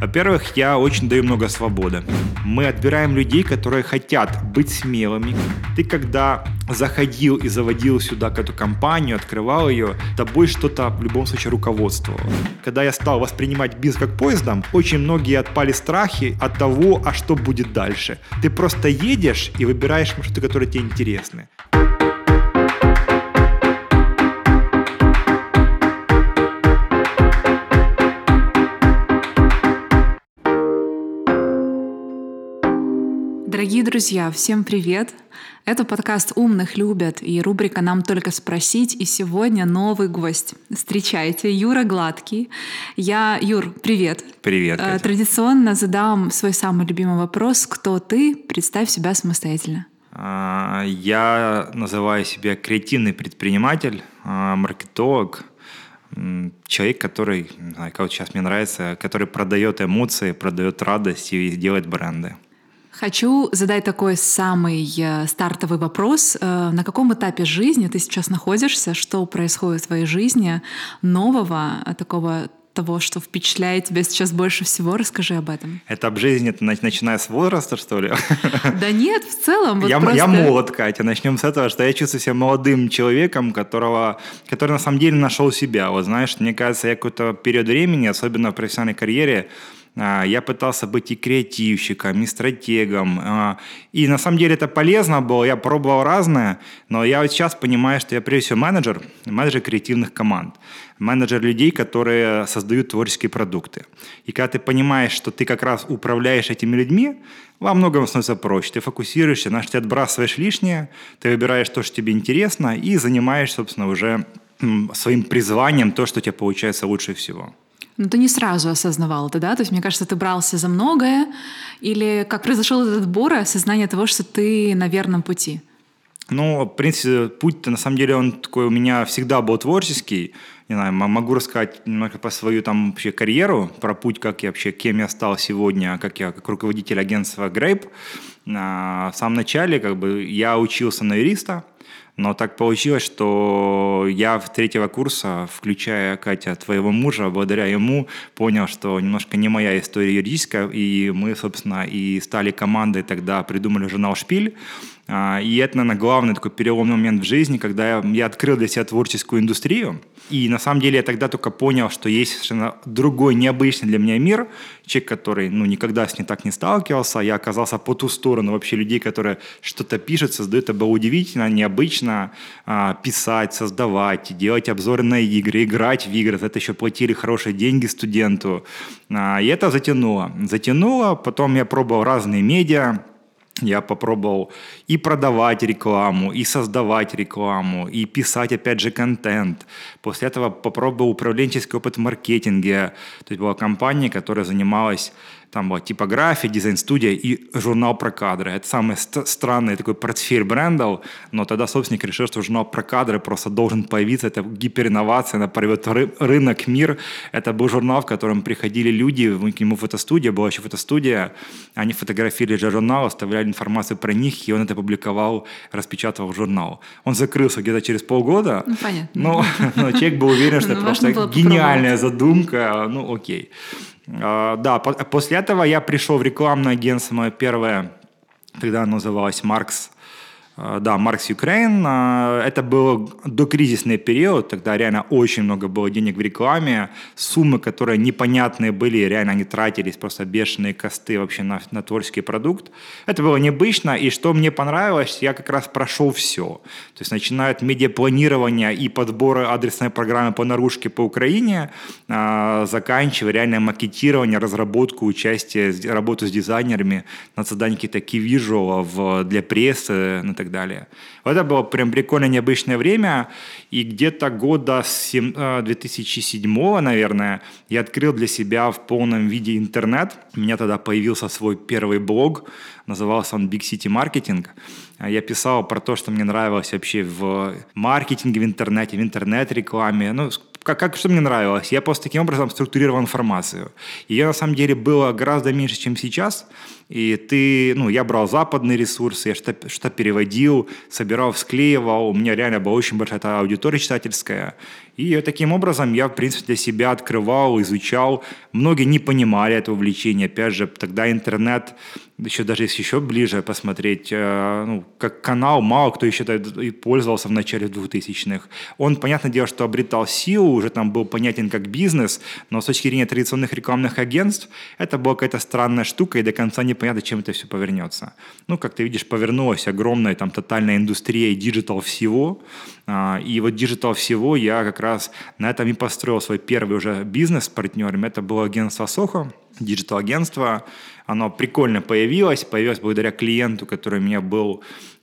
Во-первых, я очень даю много свободы. Мы отбираем людей, которые хотят быть смелыми. Ты когда заходил и заводил сюда эту компанию, открывал ее, тобой что-то в любом случае руководствовало. Когда я стал воспринимать бизнес как поездом, очень многие отпали страхи от того, а что будет дальше. Ты просто едешь и выбираешь маршруты, которые тебе интересны. Дорогие друзья, всем привет! Это подкаст «Умных любят» и рубрика «Нам только спросить». И сегодня новый гость. Встречайте, Юра Гладкий. Юр, привет. Привет, Катя. Традиционно задам свой самый любимый вопрос. Кто ты? Представь себя самостоятельно. Я называю себя креативный предприниматель, маркетолог, человек, который, не знаю, как вот сейчас мне нравится, который продает эмоции, продает радость и делает бренды. Хочу задать такой самый стартовый вопрос. На каком этапе жизни ты сейчас находишься? Что происходит в твоей жизни нового, того, что впечатляет тебя сейчас больше всего? Расскажи об этом. Этап жизни, это начиная с возраста, что ли? Да нет, в целом. Я молод, Катя. Начнем с этого, что я чувствую себя молодым человеком, который на самом деле нашел себя. Вот знаешь, мне кажется, я какой-то период времени, особенно в профессиональной карьере, я пытался быть и креативщиком, и стратегом. И на самом деле это полезно было, я пробовал разное, но я вот сейчас понимаю, что я прежде всего менеджер креативных команд, менеджер людей, которые создают творческие продукты. И когда ты понимаешь, что ты как раз управляешь этими людьми, во многом становится проще. Ты фокусируешься, ты отбрасываешь лишнее, ты выбираешь то, что тебе интересно, и занимаешься, собственно, уже своим призванием, то, что у тебя получается лучше всего. Но ты не сразу осознавал это, да? То есть, мне кажется, ты брался за многое, или как произошел этот отбор и осознание того, что ты на верном пути? Ну, в принципе, путь-то, на самом деле, он такой у меня всегда был творческий. Не знаю, могу рассказать немного про свою там вообще карьеру, про путь, кем я стал сегодня, как руководитель агентства Grape. В самом начале, я учился на юриста, но так получилось, что я в 3 курса, включая, Катя, твоего мужа, благодаря ему понял, что немножко не моя история юридическая, и мы, собственно, и стали командой тогда, придумали журнал «Шпиль». И это, наверное, главный такой переломный момент в жизни, когда я открыл для себя творческую индустрию. И на самом деле я тогда только понял, что есть совершенно другой, необычный для меня мир. Человек, который никогда с ним так не сталкивался. Я оказался по ту сторону вообще людей, которые что-то пишут, создают. Это было удивительно, необычно писать, создавать, делать обзоры на игры, играть в игры. За это еще платили хорошие деньги студенту. И это затянуло. Потом я пробовал разные медиа. Я попробовал и продавать рекламу, и создавать рекламу, и писать, опять же, контент. После этого попробовал управленческий опыт в маркетинге. То есть была компания, которая занималась, там была типография, дизайн-студия и журнал про кадры. Это самый странный такой портфель брендов, но тогда собственник решил, что журнал про кадры просто должен появиться. Это гиперинновация, она порвет рынок, мир. Это был журнал, в котором приходили люди, к нему фотостудия, была еще фотостудия, они фотографировали журнал, оставляли информацию про них, и он это публиковал, распечатывал в журнал. Он закрылся где-то через полгода. Понятно. Но человек был уверен, что это просто гениальная задумка. Окей. Да, после этого я пришел в рекламное агентство, мое первое, тогда оно называлось Marks Ukraine. Это был докризисный период, тогда реально очень много было денег в рекламе, суммы, которые непонятные были, реально они тратились, просто бешеные косты вообще на творческий продукт. Это было необычно, и что мне понравилось, я как раз прошел все. То есть начиная от медиапланирования и подбора адресной программы по наружке по Украине, заканчивая реальное маркетирование, разработку, участие, работу с дизайнерами, над созданием каких-то key-visual для прессы, и так далее. Это было прям прикольно необычное время, и где-то года с 2007, наверное, я открыл для себя в полном виде интернет. У меня тогда появился свой первый блог, назывался он Big City Marketing. Я писал про то, что мне нравилось вообще в маркетинге, в интернет-рекламе, что мне нравилось. Я просто таким образом структурировал информацию. Ее на самом деле было гораздо меньше, чем сейчас. И я брал западные ресурсы, я что-то переводил, собирал, склеивал. У меня реально была очень большая аудитория читательская. И таким образом я, в принципе, для себя открывал, изучал. Многие не понимали этого увлечения. Опять же, тогда интернет, еще даже если еще ближе посмотреть, как канал, мало кто еще и пользовался в начале 2000-х. Он, понятное дело, что обретал силу, уже там был понятен как бизнес, но с точки зрения традиционных рекламных агентств это была какая-то странная штука, и до конца непонятно, чем это все повернется. Как ты видишь, повернулась огромная там тотальная индустрия и диджитал всего. И вот диджитал всего я как раз на этом и построил свой первый уже бизнес с партнерами. Это было агентство Soho, диджитал-агентство. Оно прикольно появилось благодаря клиенту, который у меня был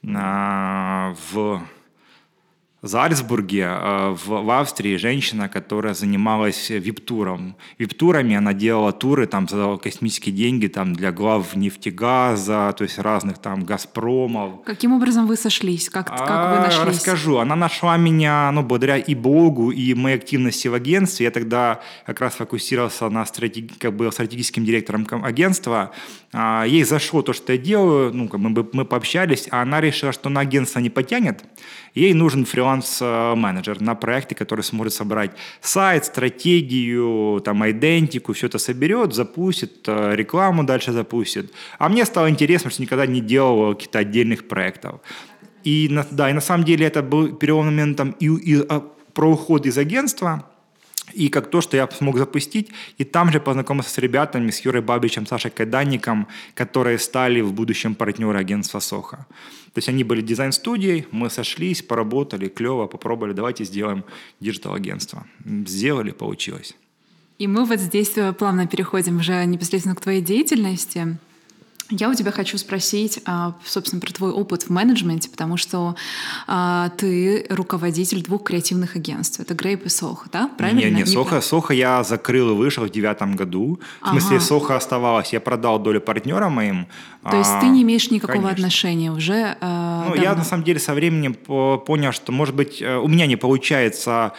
в Зальцбурге, в Австрии, женщина, которая занималась вип-туром. Вип-турами она делала туры там, за космические деньги там, для глав нефтегаза, то есть разных там «Газпромов». Каким образом вы сошлись? Как вы нашлись? Расскажу. Она нашла меня благодаря и блогу, и моей активности в агентстве. Я тогда как раз фокусировался на стратегическим директором агентства. Ей зашло то, что я делаю, мы пообщались, а она решила, что на агентство не потянет. Ей нужен фриланс-менеджер на проекте, который сможет собрать сайт, стратегию, там, идентику, все это соберет, запустит, рекламу дальше запустит. А мне стало интересно, что никогда не делал каких-то отдельных проектов. И на самом деле это был переломным моментом и про уход из агентства, и как то, что я смог запустить, и там же познакомился с ребятами, с Юрой Бабичем, Сашей Кайданником, которые стали в будущем партнеры агентства Soho. То есть они были дизайн-студией, мы сошлись, поработали, клево, попробовали, давайте сделаем диджитал-агентство. Сделали, получилось. И мы вот здесь плавно переходим уже непосредственно к твоей деятельности. Я у тебя хочу спросить, собственно, про твой опыт в менеджменте, потому что ты руководитель 2 креативных агентств. Это Grape и Soho, да? Правильно? Не, Soho я закрыл и вышел в 2009 году. В смысле, Soho оставалось, я продал долю партнерам моим. То есть ты не имеешь никакого отношения уже давно? Я на самом деле со временем понял, что, может быть, у меня не получается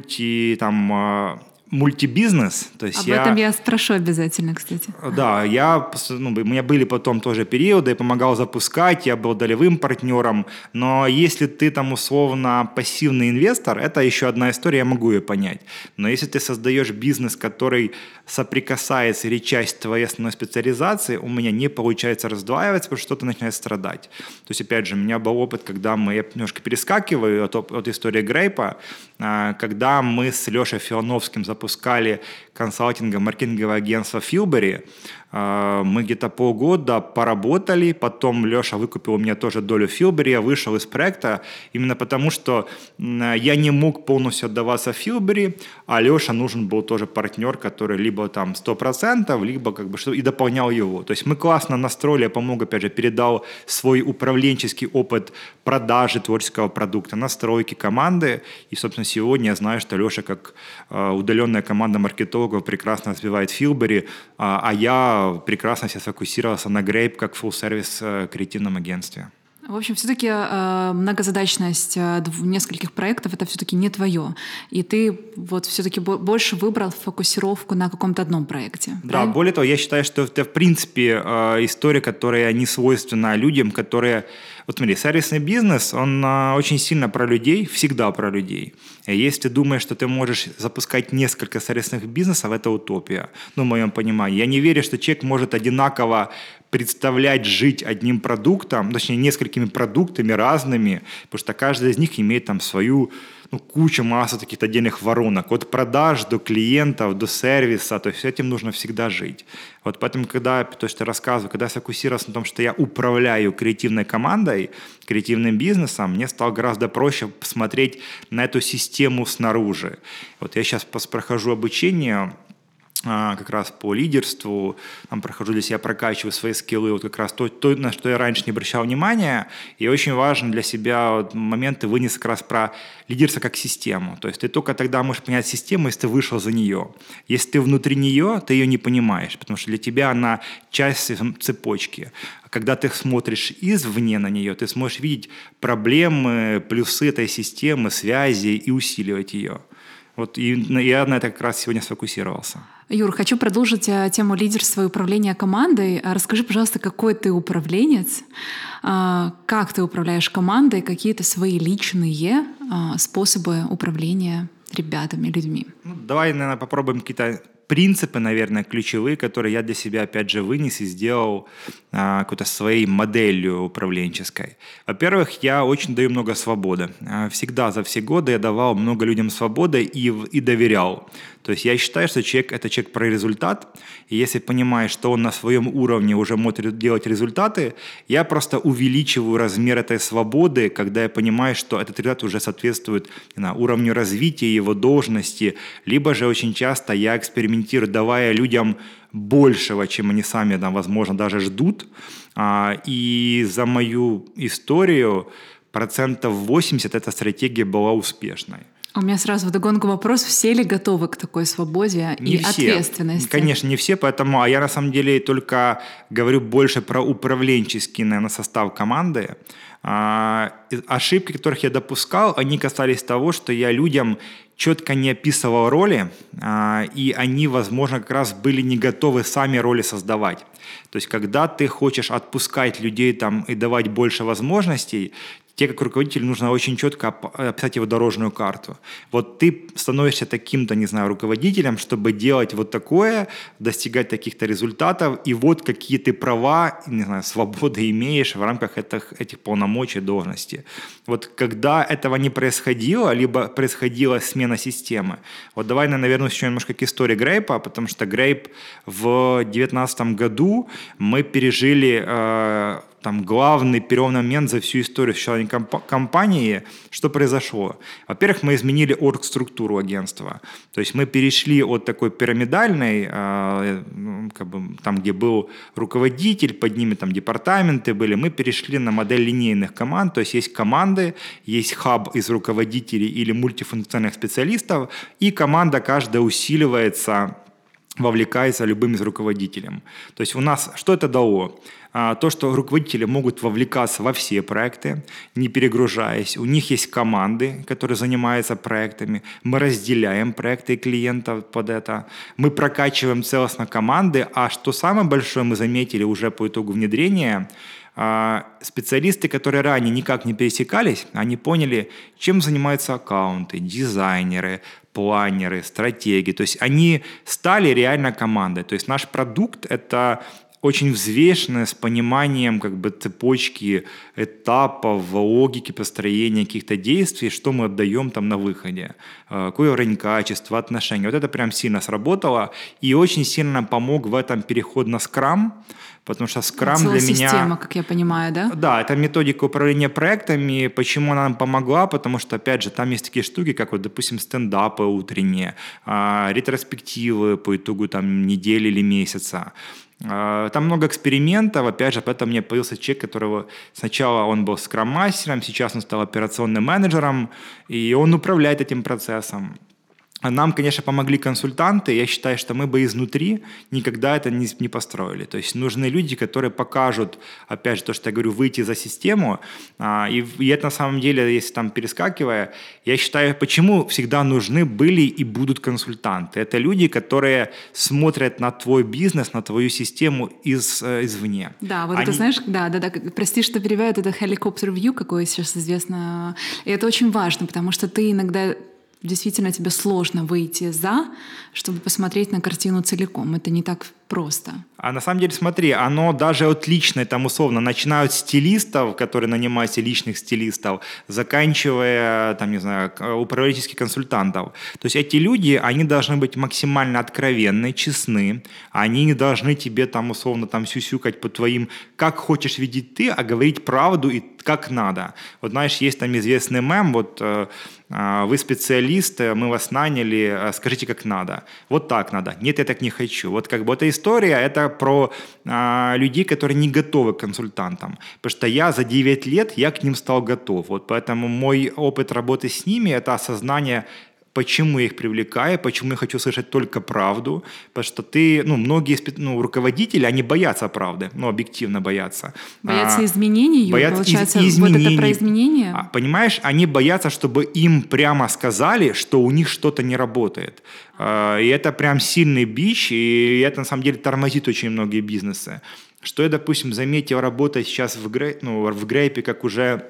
мультибизнес. То есть этом я спрошу обязательно, кстати. Да, у меня были потом тоже периоды, я помогал запускать, я был долевым партнером, но если ты там условно пассивный инвестор, это еще одна история, я могу ее понять. Но если ты создаешь бизнес, который соприкасается или часть твоей основной специализации, у меня не получается раздваиваться, потому что что-то начинает страдать. То есть, опять же, у меня был опыт, когда я немножко перескакиваю от истории Грейпа, когда мы с Лешей Филоновским запускали консалтингово-маркетинговое агентство Филбери. Мы где-то полгода поработали, потом Леша выкупил у меня тоже долю Филбери, я вышел из проекта именно потому, что я не мог полностью отдаваться Филбери, а Леша нужен был тоже партнер, который либо там 100%, либо и дополнял его. То есть мы классно настроили, я помог, опять же, передал свой управленческий опыт продажи творческого продукта, настройки команды, и, собственно, сегодня я знаю, что Леша как удаленная команда маркетологов прекрасно развивает Филбери, а я прекрасно себя сфокусировался на Grape как full-сервис креативном агентстве. В общем, все-таки многозадачность нескольких проектов — это все-таки не твое. И ты вот все-таки больше выбрал фокусировку на каком-то одном проекте. Да, правильно? более того, я считаю, что это, в принципе, история, которая не свойственна людям, которые... Вот смотри, сервисный бизнес, он очень сильно про людей, всегда про людей. И если ты думаешь, что ты можешь запускать несколько сервисных бизнесов, это утопия, в моем понимании. Я не верю, что человек может одинаково представлять жить одним продуктом, точнее, несколькими продуктами разными, потому что каждый из них имеет там свою массу таких отдельных воронок, от продаж до клиентов, до сервиса, то есть с этим нужно всегда жить. Вот поэтому, то, что я рассказываю, когда я сфокусировался на том, что я управляю креативной командой, креативным бизнесом, мне стало гораздо проще смотреть на эту систему снаружи. Вот я сейчас прохожу обучение как раз по лидерству, там прохожу для себя, прокачиваю свои скиллы, вот как раз то, на что я раньше не обращал внимания, и очень важно для себя моменты вынес как раз про лидерство как систему. То есть ты только тогда можешь понять систему, если ты вышел за нее. Если ты внутри нее, ты ее не понимаешь, потому что для тебя она часть цепочки. А когда ты смотришь извне на нее, ты сможешь видеть проблемы, плюсы этой системы, связи и усиливать ее. Вот и я на это как раз сегодня сфокусировался. Юр, хочу продолжить тему лидерства и управления командой. Расскажи, пожалуйста, какой ты управленец, как ты управляешь командой, какие-то свои личные способы управления ребятами, людьми? Ну, давай, наверное, попробуем какие-то принципы, наверное, ключевые, которые я для себя, опять же, вынес и сделал какой-то своей моделью управленческой. Во-первых, я очень даю много свободы. Всегда за все годы я давал много людям свободы и доверял. То есть я считаю, что человек – это человек про результат, и если понимаешь, что он на своем уровне уже может делать результаты, я просто увеличиваю размер этой свободы, когда я понимаю, что этот результат уже соответствует уровню развития его должности, либо же очень часто я экспериментирую, давая людям большего, чем они сами, возможно, даже ждут. И за мою историю 80% эта стратегия была успешной. У меня сразу вдогонку вопрос, все ли готовы к такой свободе и ответственности? Конечно, не все, поэтому я на самом деле только говорю больше про управленческий, наверное, состав команды. Ошибки, которых я допускал, они касались того, что я людям четко не описывал роли, и они, возможно, как раз были не готовы сами роли создавать. То есть, когда ты хочешь отпускать людей и давать больше возможностей, тебе, как руководителю, нужно очень четко описать его дорожную карту. Вот ты становишься таким-то, руководителем, чтобы делать вот такое, достигать таких-то результатов, и вот какие ты права, свободы имеешь в рамках этих полномочий должности. Вот когда этого не происходило, либо происходила смена системы. Вот давай, наверное, вернусь еще немножко к истории Грейпа, потому что Грейп в 2019 году мы пережили главный переломный момент за всю историю существования компании. Что произошло? Во-первых, мы изменили оргструктуру агентства. То есть мы перешли от такой пирамидальной, там, где был руководитель, под ними департаменты были, мы перешли на модель линейных команд. То есть команды, есть хаб из руководителей или мультифункциональных специалистов, и команда каждая усиливается, вовлекается любым из руководителем. То есть у нас что это дало? То, что руководители могут вовлекаться во все проекты, не перегружаясь. У них есть команды, которые занимаются проектами. Мы разделяем проекты и клиентов под это. Мы прокачиваем целостно команды. А что самое большое мы заметили уже по итогу внедрения, специалисты, которые ранее никак не пересекались, они поняли, чем занимаются аккаунты, дизайнеры, планеры, стратеги. То есть они стали реально командой. То есть наш продукт – это очень взвешенное, с пониманием цепочки этапов, логики построения каких-то действий, что мы отдаем на выходе, какой уровень качества, отношений. Вот это прям сильно сработало и очень сильно нам помог в этом переход на Scrum, потому что Scrum для меня... система, как я понимаю, да? Да, это методика управления проектами. Почему она нам помогла? Потому что, опять же, там есть такие штуки, как, допустим, стендапы утренние, ретроспективы по итогу недели или месяца. Там много экспериментов, опять же, поэтому у меня появился человек, которого сначала он был скрам-мастером, сейчас он стал операционным менеджером, и он управляет этим процессом. Нам, конечно, помогли консультанты. Я считаю, что мы бы изнутри никогда это не построили. То есть нужны люди, которые покажут, опять же, то, что я говорю, выйти за систему. И это на самом деле, если перескакивая, я считаю, почему всегда нужны были и будут консультанты. Это люди, которые смотрят на твой бизнес, на твою систему извне. Да, вот это знаешь, да, прости, что перебиваю, это helicopter view, какое сейчас известно. И это очень важно, потому что ты иногда... Действительно, тебе сложно выйти чтобы посмотреть на картину целиком. Это не так просто. А на самом деле, смотри, оно даже отличное, условно, начинают с стилистов, которые нанимаются, личных стилистов, заканчивая, управленческих консультантов. То есть эти люди, они должны быть максимально откровенны, честны, они не должны тебе, условно, сюсюкать по твоим, как хочешь видеть ты, а говорить правду и как надо. Вот знаешь, есть известный мем, вы специалисты, мы вас наняли, скажите, как надо. Вот так надо. Нет, я так не хочу. Вот эта история, это про людей, которые не готовы к консультантам. Потому что я за 9 лет, я к ним стал готов. Вот поэтому мой опыт работы с ними – это осознание, почему я их привлекаю, почему я хочу слышать только правду, потому что многие руководители, они боятся правды, объективно боятся. Боятся изменений, получается, изменений. Вот это про изменения? Понимаешь, они боятся, чтобы им прямо сказали, что у них что-то не работает. И это прям сильный бич, и это на самом деле тормозит очень многие бизнесы. Что я, допустим, заметил, работая сейчас в Грейпе, как уже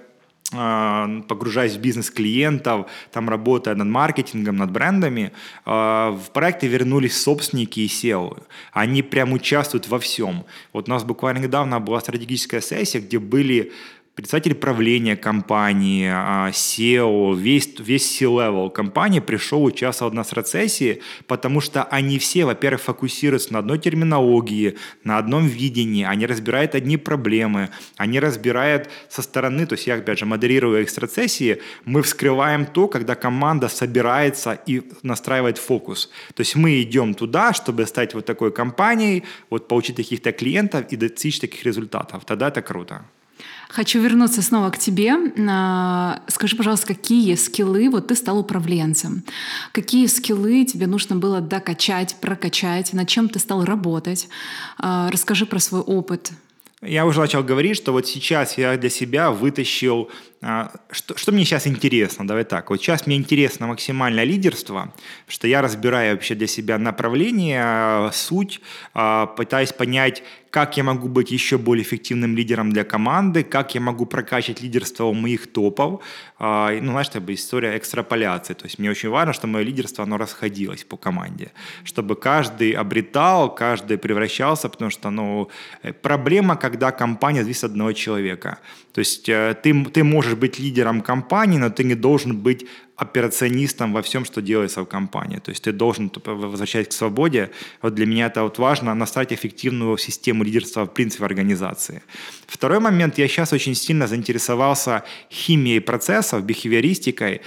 погружаясь в бизнес клиентов, там работая над маркетингом, над брендами, в проекты вернулись собственники и SEO. Они прям участвуют во всем. Вот у нас буквально недавно была стратегическая сессия, где были представитель правления компании, SEO, весь C-level компании пришел, участвовал в нас в рецессии, потому что они все, во-первых, фокусируются на одной терминологии, на одном видении, они разбирают одни проблемы, они разбирают со стороны, то есть я, опять же, модерируя экстрацессии, мы вскрываем то, когда команда собирается и настраивает фокус. То есть мы идем туда, чтобы стать вот такой компанией, вот получить таких-то клиентов и достичь таких результатов. Тогда это круто. Хочу вернуться снова к тебе. Скажи, пожалуйста, какие скиллы, вот ты стал управленцем, какие скиллы тебе нужно было докачать, прокачать, над чем ты стал работать? Расскажи про свой опыт. Я уже начал говорить, что вот сейчас я для себя вытащил, что мне сейчас интересно, давай так, вот сейчас мне интересно максимальное лидерство, что я разбираю вообще для себя направление, суть, пытаюсь понять, как я могу быть еще более эффективным лидером для команды, как я могу прокачать лидерство у моих топов. Знаешь, это история экстраполяции. То есть мне очень важно, чтобы мое лидерство, оно расходилось по команде, чтобы каждый обретал, каждый превращался, потому что проблема, когда компания зависит от одного человека. То есть ты можешь быть лидером компании, но ты не должен быть операционистом во всем, что делается в компании. То есть ты должен возвращаться к свободе. Вот для меня это вот важно, настроить эффективную систему лидерства в принципе в организации. Второй момент. Я сейчас очень сильно заинтересовался химией процессов, бихевиористикой.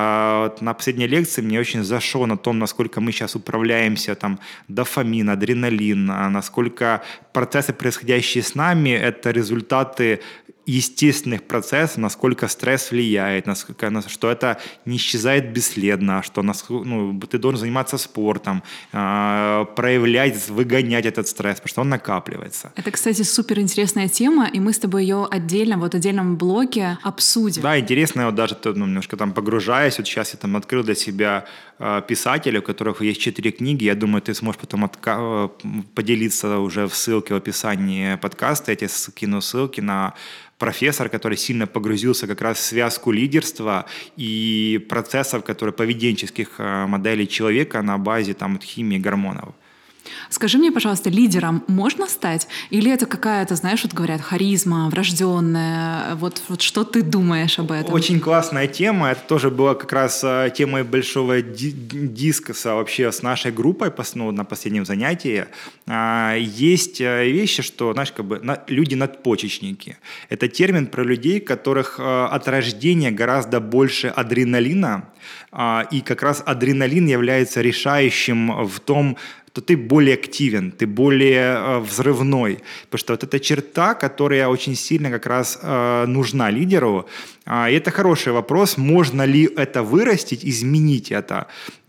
На последней лекции мне очень зашло на том, насколько мы сейчас управляемся, там, дофамин, адреналин, насколько процессы, происходящие с нами, это результаты естественных процессов, насколько стресс влияет, что это не исчезает бесследно, что ты должен заниматься спортом, проявлять, выгонять этот стресс, потому что он накапливается. Это, кстати, суперинтересная тема, и мы с тобой ее отдельно, в отдельном блоке обсудим. Да, интересно, вот даже немножко там погружаясь, вот сейчас я там открыл для себя писателей, у которых есть 4 книги, я думаю, ты сможешь потом поделиться уже в ссылке в описании подкаста, я тебе скину ссылки на профессор, который сильно погрузился как раз в связку лидерства и процессов, которые поведенческих моделей человека на базе химии гормонов. Скажи мне, пожалуйста, лидером можно стать? Или это какая-то, знаешь, вот говорят, харизма, врожденная? Вот что ты думаешь об этом? Очень классная тема. Это тоже была как раз темой большого дискусса вообще с нашей группой на последнем занятии. Есть вещи, что, знаешь, люди надпочечники. Это термин про людей, у которых от рождения гораздо больше адреналина, и как раз адреналин является решающим в том, то ты более активен, ты более взрывной. Потому что вот эта черта, которая очень сильно как раз нужна лидеру, и это хороший вопрос, можно ли это вырастить, изменить это.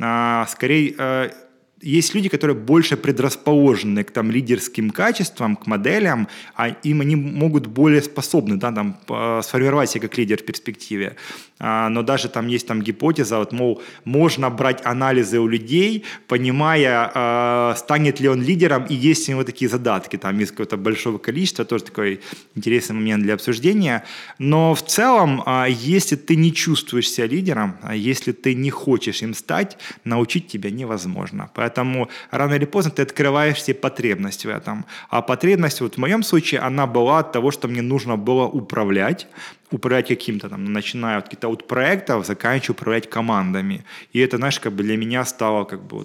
Скорее, есть люди, которые больше предрасположены к лидерским качествам, к моделям, они могут более способны сформировать себя как лидер в перспективе. Но даже есть гипотеза, мол, можно брать анализы у людей, понимая, станет ли он лидером и есть ли у него такие задатки. Там есть какое-то большое количество, тоже такой интересный момент для обсуждения. Но в целом, если ты не чувствуешь себя лидером, если ты не хочешь им стать, научить тебя невозможно. Поэтому рано или поздно ты открываешь себе потребность в этом. А потребность, вот в моем случае, она была от того, что мне нужно было управлять каким-то начиная от каких-то проектов, заканчивая управлять командами. И это, знаешь, для меня стало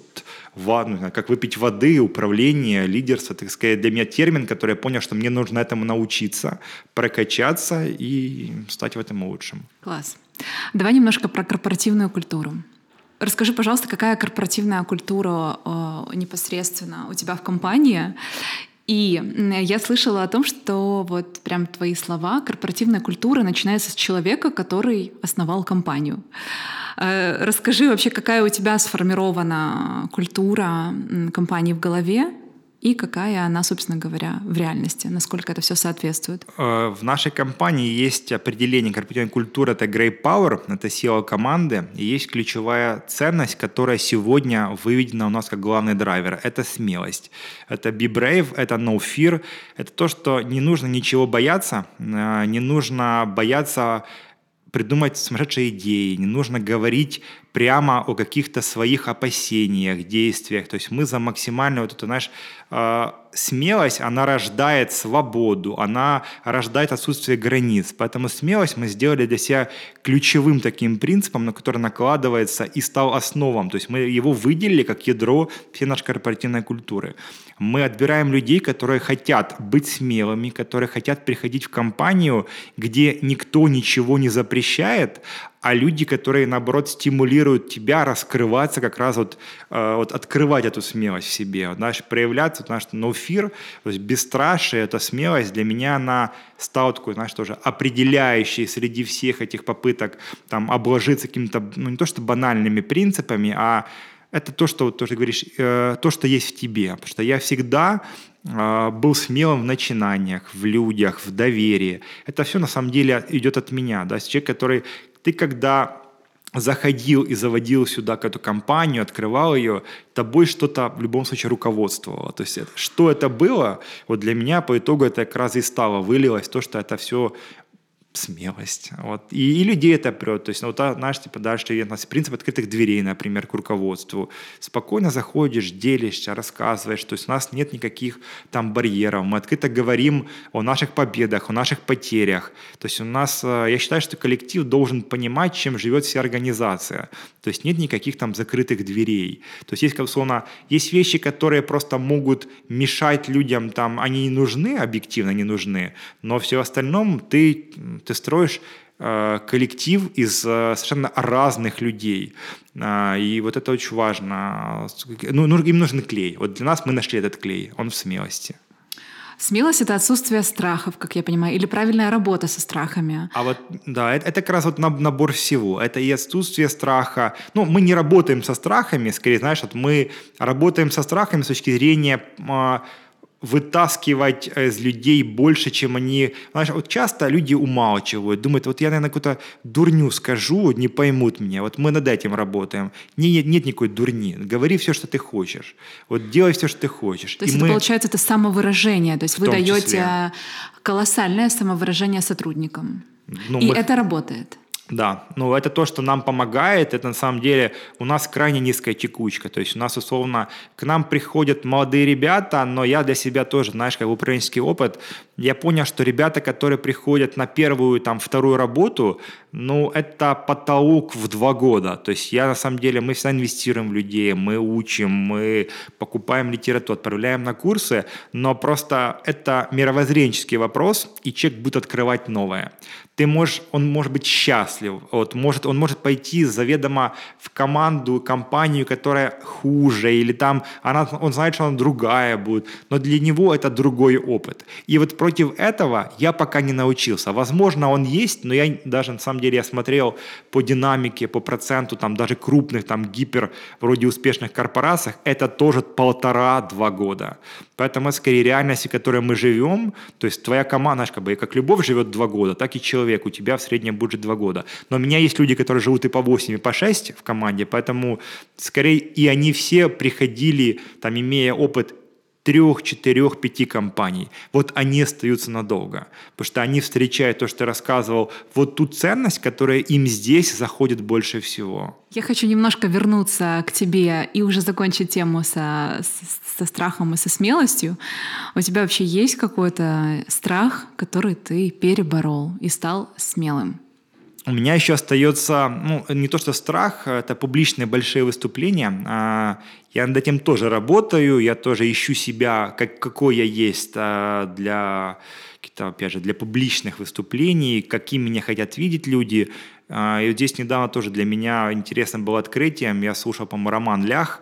как выпить воды, управление, лидерство, так сказать, для меня термин, который я понял, что мне нужно этому научиться, прокачаться и стать в этом лучшим. Класс. Давай немножко про корпоративную культуру. Расскажи, пожалуйста, какая корпоративная культура непосредственно у тебя в компании? И я слышала о том, что вот прям твои слова, корпоративная культура начинается с человека, который основал компанию. Расскажи вообще, какая у тебя сформирована культура компании в голове и какая она, собственно говоря, в реальности, насколько это все соответствует? В нашей компании есть определение корпоративной культуры, это Great Power, это сила команды, и есть ключевая ценность, которая сегодня выведена у нас как главный драйвер, это смелость. Это be brave, это no fear, это то, что не нужно ничего бояться, не нужно бояться придумать сумасшедшие идеи, не нужно говорить прямо о каких-то своих опасениях, действиях. То есть мы за максимальную вот эту, знаешь, смелость, она рождает свободу, она рождает отсутствие границ. Поэтому смелость мы сделали для себя ключевым таким принципом, на который накладывается и стал основом. То есть мы его выделили как ядро всей нашей корпоративной культуры. Мы отбираем людей, которые хотят быть смелыми, которые хотят приходить в компанию, где никто ничего не запрещает, а люди, которые, наоборот, стимулируют тебя раскрываться, как раз вот открывать эту смелость в себе, вот, знаешь, проявляться, вот, знаешь, no fear, то есть бесстрашие, эта смелость для меня, она стала такой, знаешь, тоже определяющей среди всех этих попыток там обложиться какими-то, ну, не то что банальными принципами, а это то, что вот, ты говоришь, то, что есть в тебе. Потому что я всегда был смелым в начинаниях, в людях, в доверии. Это все на самом деле идет от меня. Да? Человек, который... Ты когда заходил и заводил сюда эту компанию, открывал ее, тобой что-то в любом случае руководствовало. То есть что это было, вот для меня по итогу это как раз и стало, вылилось то, что это все... смелость. Вот. И людей это прет. То есть, ну, вот, знаешь, типа, дальше у нас принцип открытых дверей, например, к руководству. Спокойно заходишь, делишься, рассказываешь. То есть у нас нет никаких там барьеров. Мы открыто говорим о наших победах, о наших потерях. То есть у нас, я считаю, что коллектив должен понимать, чем живет вся организация. То есть нет никаких там закрытых дверей. То есть есть, условно, есть вещи, которые просто могут мешать людям, там, они не нужны, объективно не нужны, но все остальном ты строишь коллектив из совершенно разных людей. И вот это очень важно. Ну, им нужен клей. Вот для нас мы нашли этот клей. Он в смелости. Смелость — это отсутствие страхов, как я понимаю, или правильная работа со страхами. А вот, да, это как раз вот набор всего. Это и отсутствие страха. Ну, мы не работаем со страхами, скорее, знаешь, вот мы работаем со страхами с точки зрения вытаскивать из людей больше, чем они... Знаешь, вот часто люди умалчивают, думают, вот я, наверное, какую-то дурню скажу, не поймут меня. Вот мы над этим работаем. Нет никакой дурни. Говори все, что ты хочешь. Вот делай все, что ты хочешь. То есть это, получается, это самовыражение. То есть вы даете колоссальное самовыражение сотрудникам. Это работает. Да, ну это то, что нам помогает, это на самом деле у нас крайне низкая текучка, то есть у нас условно к нам приходят молодые ребята, но я для себя тоже, знаешь, как управленческий опыт, я понял, что ребята, которые приходят на первую, там, вторую работу, ну это потолок в 2 года, то есть я на самом деле, мы всегда инвестируем в людей, мы учим, мы покупаем литературу, отправляем на курсы, но просто это мировоззренческий вопрос, и человек будет открывать новое. Он может быть счастлив, он может пойти заведомо в команду, компанию, которая хуже, или там он знает, что она другая будет, но для него это другой опыт. И вот против этого я пока не научился. Возможно, он есть, но я даже, на самом деле, я смотрел по динамике, по проценту, там, даже крупных, там, вроде успешных корпорациях, это тоже 1,5-2 года. Поэтому это скорее реальность, в которой мы живем, то есть твоя команда, как любовь живет 2 года, так и человек у тебя в среднем будет 2 года. Но у меня есть люди, которые живут и по 8, и по 6 в команде, поэтому скорее и они все приходили, там, имея опыт 3, 4, 5 компаний. Вот они остаются надолго, потому что они встречают то, что ты рассказывал, вот ту ценность, которая им здесь заходит больше всего. Я хочу немножко вернуться к тебе и уже закончить тему со страхом и со смелостью. У тебя вообще есть какой-то страх, который ты переборол и стал смелым? У меня еще остается, не то что страх, это публичные большие выступления. Я над этим тоже работаю, я тоже ищу себя, какой я есть для публичных выступлений, каким меня хотят видеть люди. И вот здесь недавно тоже для меня интересным было открытием. Я слушал, по-моему, Роман Лях,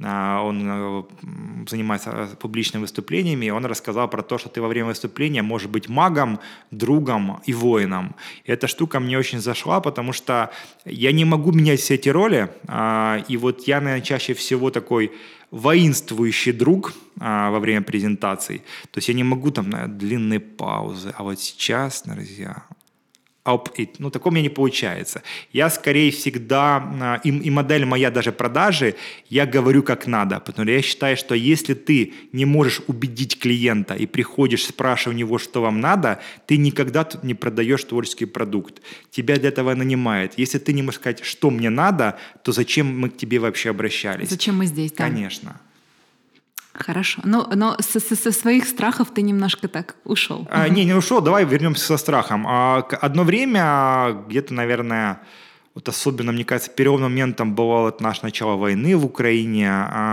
он занимается публичными выступлениями, и он рассказал про то, что ты во время выступления можешь быть магом, другом и воином. И эта штука мне очень зашла, потому что я не могу менять все эти роли, и вот я, наверное, чаще всего такой воинствующий друг во время презентаций. То есть я не могу там длинные паузы, а вот сейчас, друзья, такого у меня не получается. Я скорее всегда, и модель моя даже продажи, я говорю как надо, потому что я считаю, что если ты не можешь убедить клиента и приходишь, спрашивая у него, что вам надо, ты никогда тут не продаешь творческий продукт. Тебя для этого нанимают. Если ты не можешь сказать, что мне надо, то зачем мы к тебе вообще обращались? Зачем мы здесь, да? Конечно. Хорошо. Но со своих страхов ты немножко так ушел. Не ушел. Давай вернемся со страхом. Одно время, где-то, наверное, вот особенно, мне кажется, переломным моментом было вот наше начало войны в Украине.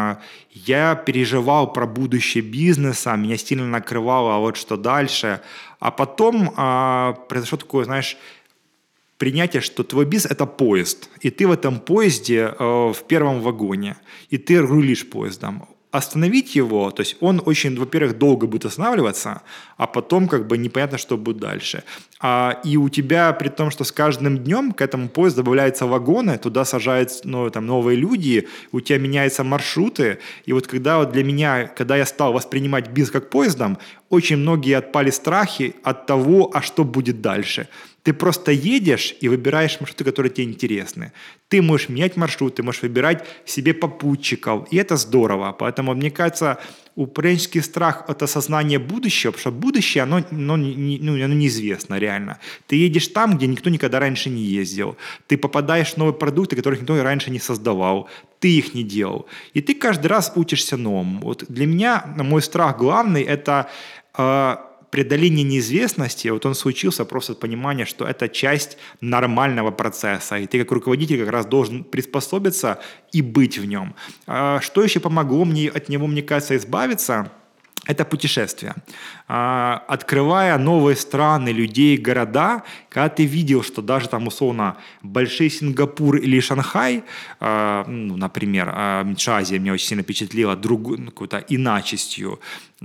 Я переживал про будущее бизнеса, меня сильно накрывало, а вот что дальше. А потом произошло такое, знаешь, принятие, что твой бизнес – это поезд, и ты в этом поезде в первом вагоне, и ты рулишь поездом. Остановить его, то есть он очень, во-первых, долго будет останавливаться, а потом как бы непонятно, что будет дальше. И у тебя, при том, что с каждым днем к этому поезду добавляются вагоны, туда сажаются новые люди, у тебя меняются маршруты. И вот когда вот для меня, когда я стал воспринимать бизнес как поездом, очень многие отпали страхи от того, а что будет дальше. Ты просто едешь и выбираешь маршруты, которые тебе интересны. Ты можешь менять маршруты, можешь выбирать себе попутчиков, и это здорово. Поэтому, мне кажется, управленческий страх – это осознание будущего, потому что будущее, оно неизвестно реально. Ты едешь там, где никто никогда раньше не ездил. Ты попадаешь в новые продукты, которых никто раньше не создавал. Ты их не делал. И ты каждый раз учишься новому. Вот для меня мой страх главный – это преодоление неизвестности, вот он случился просто от понимания, что это часть нормального процесса, и ты как руководитель как раз должен приспособиться и быть в нем. Что еще помогло мне от него, мне кажется, избавиться? Это путешествие. Открывая новые страны, людей, города, когда ты видел, что даже там условно большой Сингапур или Шанхай, например, Азия меня очень сильно впечатлила какой-то иначестью,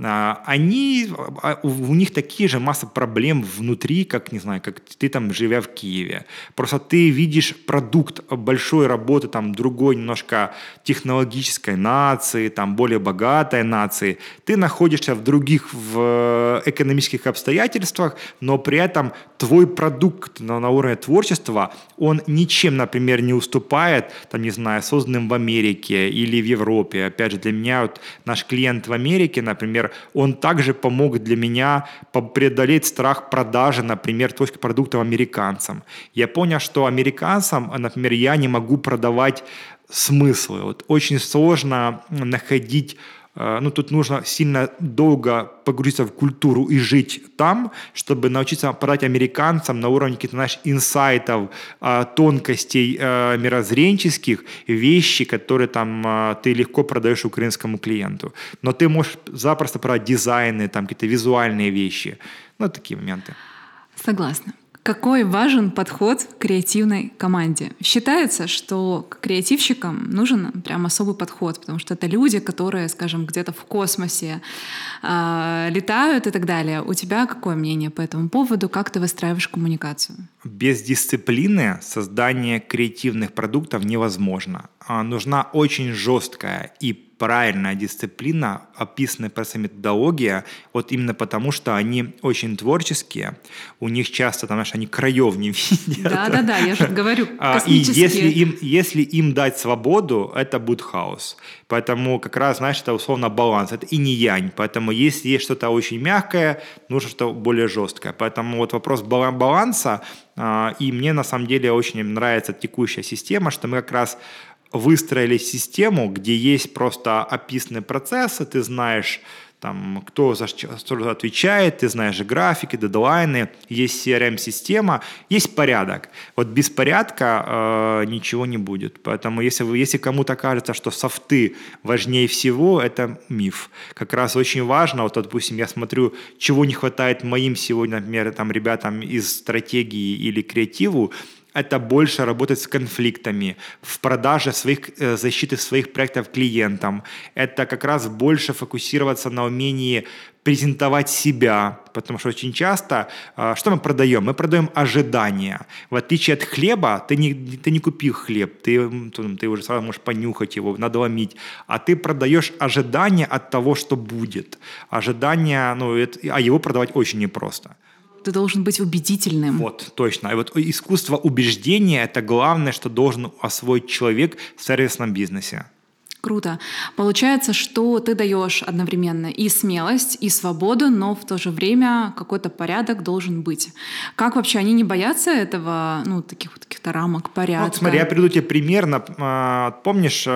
у них такие же масса проблем внутри, как, не знаю, как ты там, живя в Киеве. Просто ты видишь продукт большой работы там другой немножко технологической нации, там более богатой нации. Ты находишься в других экономических обстоятельствах, но при этом твой продукт на уровне творчества, он ничем, например, не уступает, там, не знаю, созданным в Америке или в Европе. Опять же, для меня вот наш клиент в Америке, например, он также помог для меня преодолеть страх продажи, например, творческих продуктов американцам. Я понял, что американцам, например, я не могу продавать смыслы. Вот очень сложно находить, тут нужно сильно долго погрузиться в культуру и жить там, чтобы научиться продать американцам на уровне каких-то, знаешь, инсайтов, тонкостей мирозренческих, вещи, которые там ты легко продаешь украинскому клиенту. Но ты можешь запросто продать дизайны, там какие-то визуальные вещи. Такие моменты. Согласна. Какой важен подход к креативной команде? Считается, что к креативщикам нужен прям особый подход, потому что это люди, которые, скажем, где-то в космосе летают и так далее. У тебя какое мнение по этому поводу? Как ты выстраиваешь коммуникацию? Без дисциплины создание креативных продуктов невозможно. Нужна очень жесткая и правильная дисциплина, описанная просто методология, вот именно потому, что они очень творческие, у них часто, там, знаешь, они краев не видят. Да, я же говорю, И если им дать свободу, это будет хаос. Поэтому как раз, знаешь, это условно баланс, это инь-янь. Поэтому если есть что-то очень мягкое, нужно что-то более жесткое. Поэтому вот вопрос баланса, и мне на самом деле очень нравится текущая система, что мы как раз выстроили систему, где есть просто описаны процессы, ты знаешь, там, кто за что отвечает, ты знаешь графики, дедлайны, есть CRM-система, есть порядок. Вот без порядка ничего не будет. Поэтому если кому-то кажется, что софты важнее всего, это миф. Как раз очень важно, вот, допустим, я смотрю, чего не хватает моим сегодня, например, там, ребятам из стратегии или креативу, это больше работать с конфликтами, в продаже защиты своих проектов клиентам. Это как раз больше фокусироваться на умении презентовать себя, потому что очень часто, что мы продаем? Мы продаем ожидания. В отличие от хлеба, ты не купил хлеб, ты уже сразу можешь понюхать его, надломить, а ты продаешь ожидания от того, что будет. Ожидания, а его продавать очень непросто. ты должен быть убедительным. Вот, точно. И вот искусство убеждения – это главное, что должен освоить человек в сервисном бизнесе. Круто. Получается, что ты даешь одновременно и смелость, и свободу, но в то же время какой-то порядок должен быть. Как вообще они не боятся этого, таких вот каких-то рамок, порядка? Ну, смотри, я приведу тебе пример. Помнишь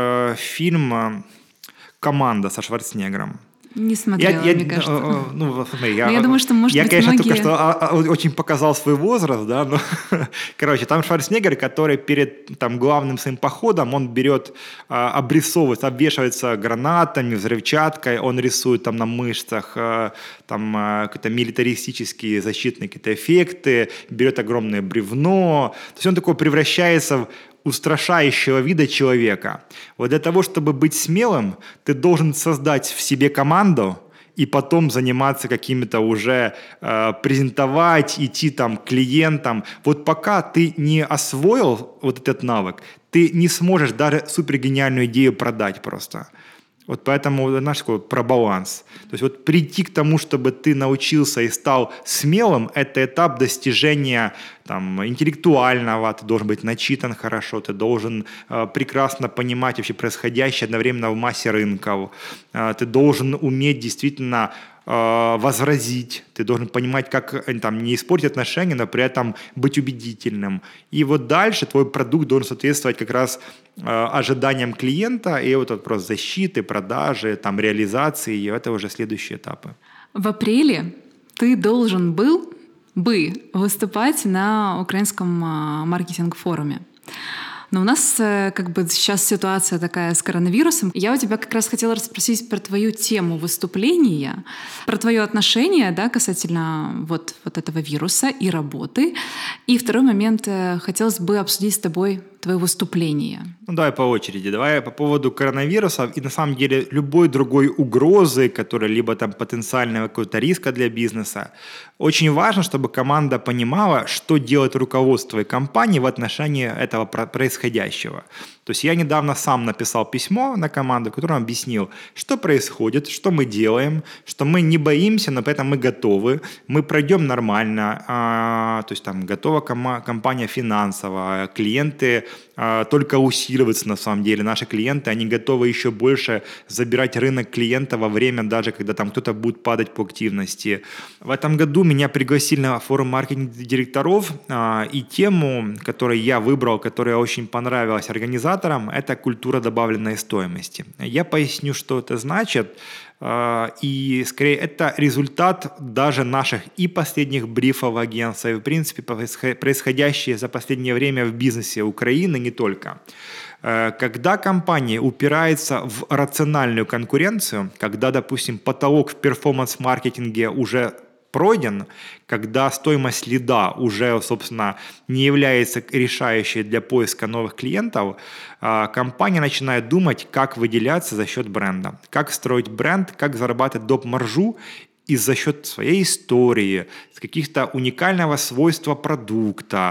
фильм «Команда» со Шварценеггером? Не смотрела, мне кажется. Смотри, я думаю, что, может быть, конечно, многие... только что очень показал свой возраст, да, но, короче, там Шварценеггер, который перед главным своим походом, он берет, обрисовывает, обвешивается гранатами, взрывчаткой, он рисует там на мышцах какие-то милитаристические защитные какие-то эффекты, берет огромное бревно, то есть он такой превращается в устрашающего вида человека. Вот для того, чтобы быть смелым, ты должен создать в себе команду и потом заниматься какими-то уже презентовать, идти к клиентам. Вот пока ты не освоил вот этот навык, ты не сможешь даже супергениальную идею продать просто. Вот поэтому, знаешь, такой про баланс. То есть вот прийти к тому, чтобы ты научился и стал смелым, это этап достижения интеллектуального, ты должен быть начитан хорошо, ты должен прекрасно понимать вообще происходящее одновременно в массе рынков, ты должен уметь действительно возразить, ты должен понимать, как не испортить отношения, но при этом быть убедительным. И вот дальше твой продукт должен соответствовать как раз ожиданиям клиента, и вот вопрос защиты, продажи, реализации, и это уже следующие этапы. В апреле ты должен был бы выступать на украинском маркетинг-форуме. Но у нас сейчас ситуация такая с коронавирусом. Я у тебя как раз хотела расспросить про твою тему выступления, про твое отношение, касательно вот этого вируса и работы. И второй момент, хотелось бы обсудить с тобой твое выступление. Давай по очереди. Давай по поводу коронавируса и на самом деле любой другой угрозы, которая либо потенциального какого-то риска для бизнеса. Очень важно, чтобы команда понимала, что делает руководство и компании в отношении этого происходящего. То есть я недавно сам написал письмо на команду, в котором объяснил, что происходит, что мы делаем, что мы не боимся, но при этом мы готовы, мы пройдем нормально, то есть готова компания финансовая, клиенты только усиливаются на самом деле. Наши клиенты, они готовы еще больше забирать рынок клиента во время, даже когда кто-то будет падать по активности. В этом году меня пригласили на форум маркетинг-директоров, и тему, которую я выбрал, которая очень понравилась организаторам, это культура добавленной стоимости. Я поясню, что это значит. И скорее это результат даже наших и последних брифов агентства, и в принципе происходящее за последнее время в бизнесе Украины, не только. Когда компания упирается в рациональную конкуренцию, когда, допустим, потолок в перформанс-маркетинге уже пройден, когда стоимость лида уже, собственно, не является решающей для поиска новых клиентов, компания начинает думать, как выделяться за счет бренда, как строить бренд, как зарабатывать доп-маржу и за счет своей истории, с каких-то уникального свойства продукта,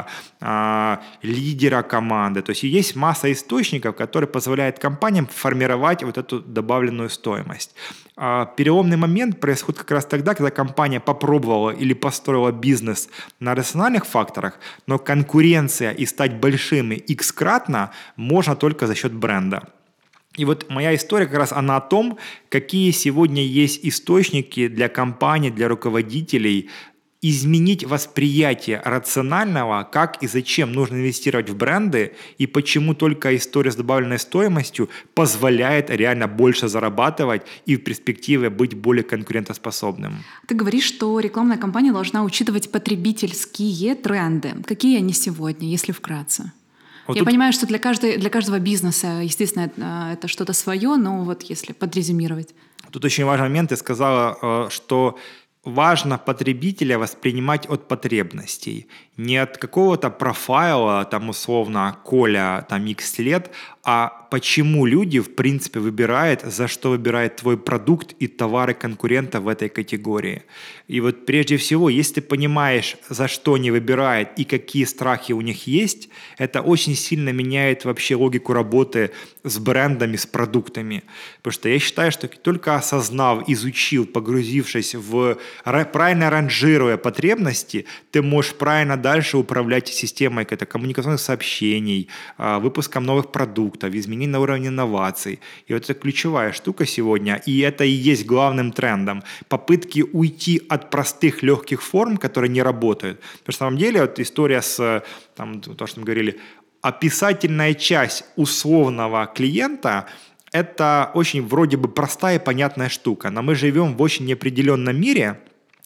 лидера команды. То есть есть масса источников, которые позволяют компаниям формировать вот эту добавленную стоимость. Переломный момент происходит как раз тогда, когда компания попробовала или построила бизнес на рациональных факторах, но конкуренция и стать большими x-кратно можно только за счет бренда. И вот моя история как раз она о том, какие сегодня есть источники для компаний, для руководителей изменить восприятие рационального, как и зачем нужно инвестировать в бренды, и почему только история с добавленной стоимостью позволяет реально больше зарабатывать и в перспективе быть более конкурентоспособным. Ты говоришь, что рекламная кампания должна учитывать потребительские тренды. Какие они сегодня, если вкратце? Я понимаю, что для каждого бизнеса, естественно, это что-то свое, но вот если подрезюмировать. Тут очень важный момент. Ты сказала, что важно потребителя воспринимать от потребностей. Не от какого-то профайла, условно, Коля, X лет, а почему люди, в принципе, выбирают, за что выбирает твой продукт и товары конкурента в этой категории. И вот прежде всего, если ты понимаешь, за что они выбирают и какие страхи у них есть, это очень сильно меняет вообще логику работы с брендами, с продуктами. Потому что я считаю, что только осознав, изучив, погрузившись правильно ранжируя потребности, ты можешь правильно дальше управлять системой коммуникационных сообщений, выпуском новых продуктов, изменений на уровне инноваций. И вот это ключевая штука сегодня, и это и есть главным трендом. Попытки уйти от простых легких форм, которые не работают. Потому что на самом деле вот история с, то, что мы говорили, описательная часть условного клиента – это очень вроде бы простая и понятная штука, но мы живем в очень неопределенном мире,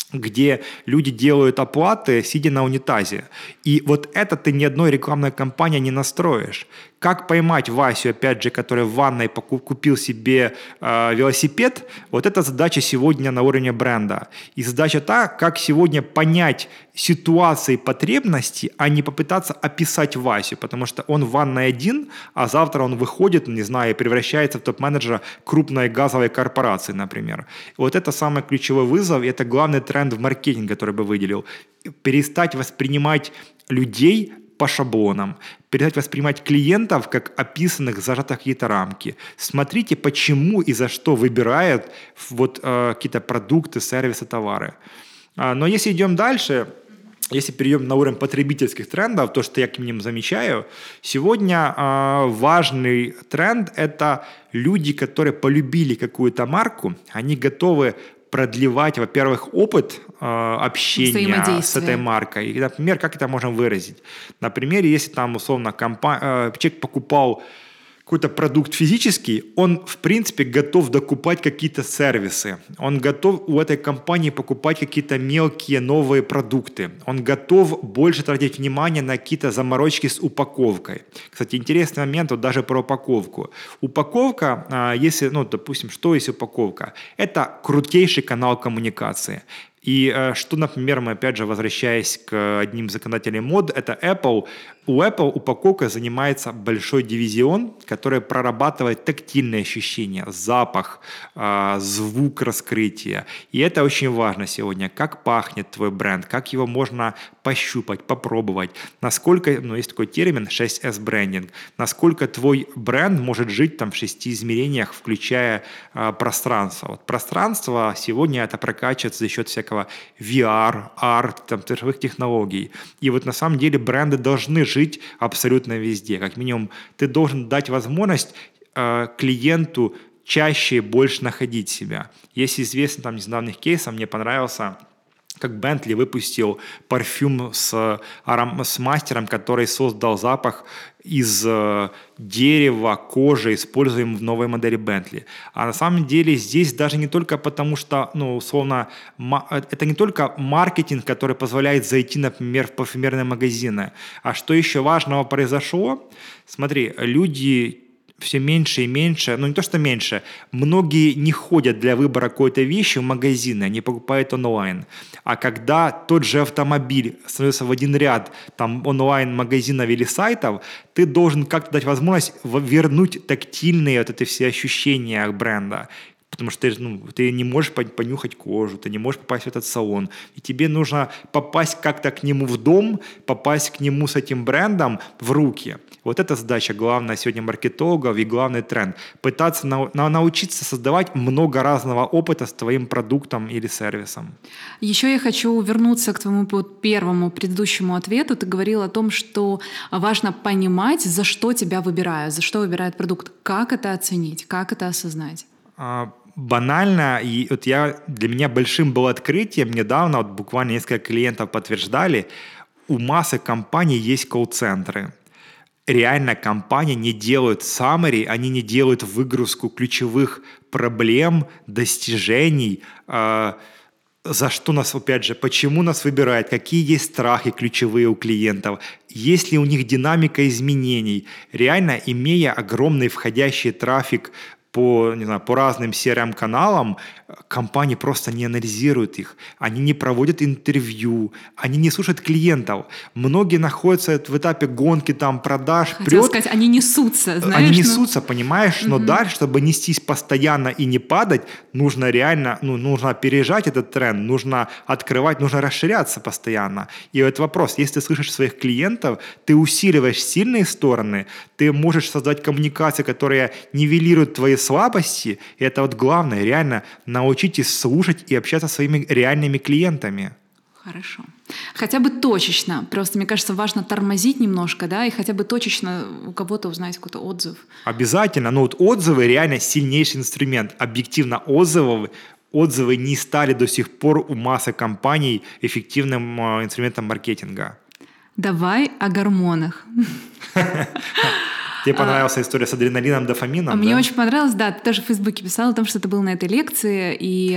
где люди делают оплаты, сидя на унитазе. И вот это ты ни одной рекламной кампании не настроишь. Как поймать Васю, опять же, который в ванной купил себе велосипед, вот это задача сегодня на уровне бренда. И задача та, как сегодня понять ситуации потребности, а не попытаться описать Васю, потому что он в ванной один, а завтра он выходит, не знаю, и превращается в топ-менеджера крупной газовой корпорации, например. И вот это самый ключевой вызов, и это главный тренд в маркетинге, который бы выделил. Перестать воспринимать людей по шаблонам, перестать воспринимать клиентов как описанных, зажатых какие-то рамки. Смотрите, почему и за что выбирают какие-то продукты, сервисы, товары. Но если идем дальше, если перейдем на уровень потребительских трендов, то, что я к ним замечаю, сегодня важный тренд – это люди, которые полюбили какую-то марку, они готовы продлевать, во-первых, опыт общения с этой маркой. И, например, как это можно выразить? Например, если там, условно, человек покупал какой-то продукт физический, он, в принципе, готов докупать какие-то сервисы. Он готов у этой компании покупать какие-то мелкие новые продукты. Он готов больше тратить внимание на какие-то заморочки с упаковкой. Кстати, интересный момент вот даже про упаковку. Упаковка, если, допустим, что есть упаковка? Это крутейший канал коммуникации. И что, например, мы опять же, возвращаясь к одним законодателей мод, это Apple. У Apple упаковкой занимается большой дивизион, который прорабатывает тактильные ощущения, запах, звук раскрытия. И это очень важно сегодня. Как пахнет твой бренд, как его можно пощупать, попробовать. Насколько, есть такой термин 6S брендинг, насколько твой бренд может жить там в 6 измерениях, включая пространство. Вот пространство сегодня это прокачивается за счет всякого VR, арт, цифровых технологий. И вот на самом деле бренды должны жить абсолютно везде. Как минимум, ты должен дать возможность клиенту чаще и больше находить себя. Есть известный из недавних кейсов, мне понравился, как Bentley выпустил парфюм с мастером, который создал запах из дерева, кожи, используемый в новой модели Bentley. А на самом деле здесь даже не только потому, что, условно, это не только маркетинг, который позволяет зайти, например, в парфюмерные магазины. А что еще важного произошло? Смотри, люди все меньше и меньше, не то что меньше, многие не ходят для выбора какой-то вещи в магазины, они покупают онлайн. А когда тот же автомобиль становится в один ряд онлайн-магазинов или сайтов, ты должен как-то дать возможность вернуть тактильные эти все ощущения бренда. Потому что ты не можешь понюхать кожу, ты не можешь попасть в этот салон. И тебе нужно попасть как-то к нему в дом, попасть к нему с этим брендом в руки. Вот эта задача главная сегодня маркетологов и главный тренд. Пытаться научиться создавать много разного опыта с твоим продуктом или сервисом. Еще я хочу вернуться к твоему первому предыдущему ответу. Ты говорил о том, что важно понимать, за что тебя выбирают, за что выбирает продукт. Как это оценить, как это осознать? Банально, и для меня большим было открытием недавно, буквально несколько клиентов подтверждали, у массы компаний есть колл-центры. Реально компании не делают summary, они не делают выгрузку ключевых проблем, достижений, за что нас, опять же, почему нас выбирают, какие есть страхи ключевые у клиентов, есть ли у них динамика изменений. Реально, имея огромный входящий трафик не знаю, по разным CRM-каналам, компании просто не анализируют их, они не проводят интервью, они не слушают клиентов. Многие находятся в этапе гонки, там, продаж, Хотела сказать, они несутся, знаешь. Они несутся, понимаешь, но дальше, чтобы нестись постоянно и не падать, нужно реально, нужно опережать этот тренд, нужно открывать, нужно расширяться постоянно. И вот вопрос, если ты слышишь своих клиентов, ты усиливаешь сильные стороны, ты можешь создать коммуникации, которые нивелируют твои слабости, и это вот главное, реально научитесь слушать и общаться со своими реальными клиентами. Хорошо. Хотя бы точечно. Просто, мне кажется, важно тормозить немножко, да, и хотя бы точечно у кого-то узнать какой-то отзыв. Обязательно. Но вот отзывы реально сильнейший инструмент. Объективно отзывы не стали до сих пор у массы компаний эффективным инструментом маркетинга. Давай о гормонах. Тебе понравилась история с адреналином, дофамином? Мне очень понравилось, да. Ты тоже в Фейсбуке писал о том, что ты был на этой лекции и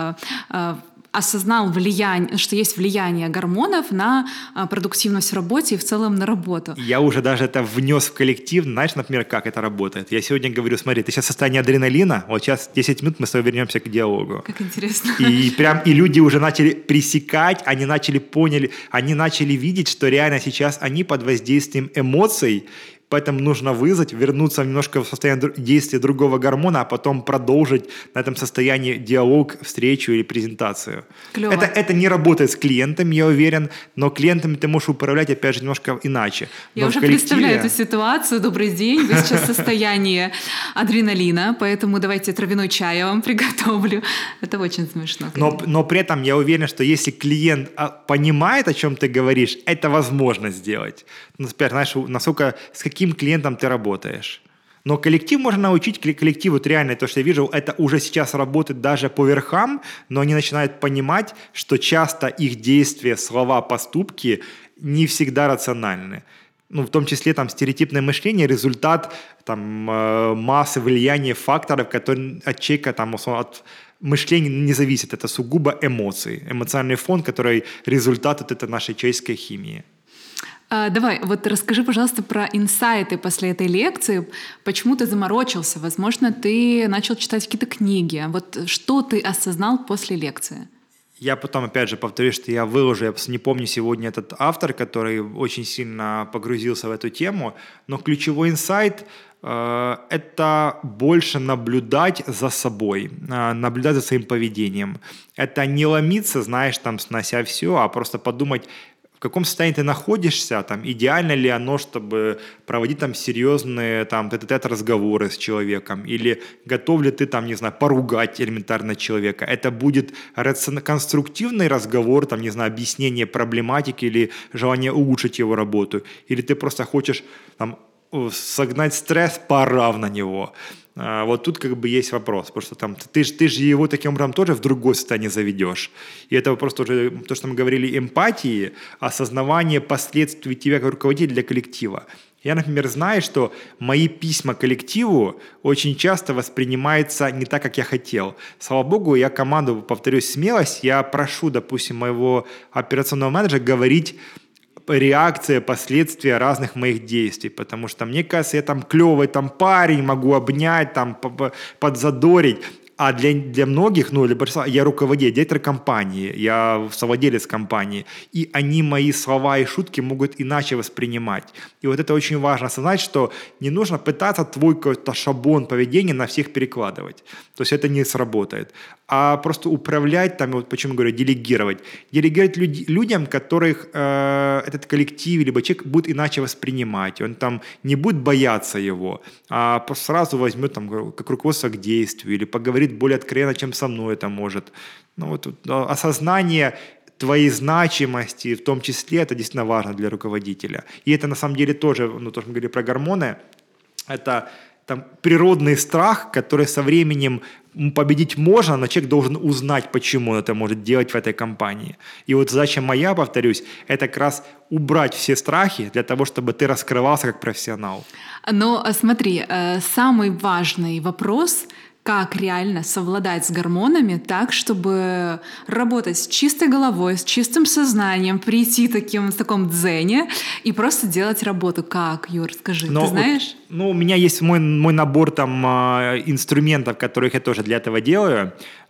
осознал что есть влияние гормонов на продуктивность в работе и в целом на работу. Я уже даже это внес в коллектив. Знаешь, например, как это работает? Я сегодня говорю, смотри, ты сейчас в состоянии адреналина, вот сейчас 10 минут мы с тобой вернемся к диалогу. Как интересно. И люди уже начали пресекать, они начали видеть, что реально сейчас они под воздействием эмоций. Поэтому нужно вернуться немножко в состояние действия другого гормона, а потом продолжить на этом состоянии диалог, встречу или презентацию. Клево. Это не работает с клиентами, я уверен, но клиентами ты можешь управлять, опять же, немножко иначе. Я уже представляю эту ситуацию. Добрый день, вы сейчас в состоянии адреналина, поэтому давайте травяной чай я вам приготовлю. Это очень смешно. Но при этом я уверен, что если клиент понимает, о чем ты говоришь, это возможно сделать. Например, знаешь, с каким клиентом ты работаешь. Но коллектив можно научить, коллектив, вот реально то, что я вижу, это уже сейчас работает даже по верхам, но они начинают понимать, что часто их действия, слова, поступки не всегда рациональны. В том числе там стереотипное мышление, результат там, массы влияния факторов, которые от человека там, от мышления не зависит. Это сугубо эмоции, эмоциональный фон, который результат от этой нашей человеческой химии. Давай, вот расскажи, пожалуйста, про инсайты после этой лекции. Почему ты заморочился? Возможно, ты начал читать какие-то книги. Вот что ты осознал после лекции? Я потом, опять же, повторюсь, что я выложу, я не помню сегодня этот автор, который очень сильно погрузился в эту тему, но ключевой инсайт это больше наблюдать за собой, наблюдать за своим поведением. Это не ломиться, знаешь, там, снося все, а просто подумать, в каком состоянии ты находишься, там, идеально ли оно, чтобы проводить там серьезные там, тет-а-тет разговоры с человеком, или готов ли ты там, не знаю, поругать элементарно человека. Это будет конструктивный разговор, там, не знаю, объяснение проблематики или желание улучшить его работу, или ты просто хочешь там, согнать стресс, поорав на него. Вот тут как бы есть вопрос, потому что там, ты же его таким образом тоже в другое состояние заведешь. И это вопрос тоже, то, что мы говорили, эмпатии, осознавание последствий тебя как руководителя для коллектива. Я, например, знаю, что мои письма коллективу очень часто воспринимаются не так, как я хотел. Слава богу, я команду, повторюсь, смелость, я прошу, допустим, моего операционного менеджера говорить реакция, последствия разных моих действий, потому что мне кажется, я там клевый там парень, могу обнять, там подзадорить, а для многих, или большинства, я руководитель, директор компании, я совладелец компании, и они мои слова и шутки могут иначе воспринимать. И вот это очень важно осознать, что не нужно пытаться твой какой-то шаблон поведения на всех перекладывать. То есть это не сработает. А просто управлять, там, вот почему я говорю, делегировать. Делегировать людям, которых этот коллектив либо человек будет иначе воспринимать. Он там не будет бояться его, а просто сразу возьмет там, как руководство к действию или поговорит более откровенно, чем со мной это может. Осознание твоей значимости, в том числе, это действительно важно для руководителя. И это на самом деле тоже, то, что мы говорили про гормоны, это там, природный страх, который со временем победить можно, но человек должен узнать, почему он это может делать в этой компании. И вот задача моя, повторюсь, это как раз убрать все страхи для того, чтобы ты раскрывался как профессионал. Но смотри, самый важный вопрос — как реально совладать с гормонами так, чтобы работать с чистой головой, с чистым сознанием, прийти в таком дзене и просто делать работу. Как, Юр, скажи, Но ты знаешь? у меня есть мой набор там инструментов, которых я тоже для этого делаю.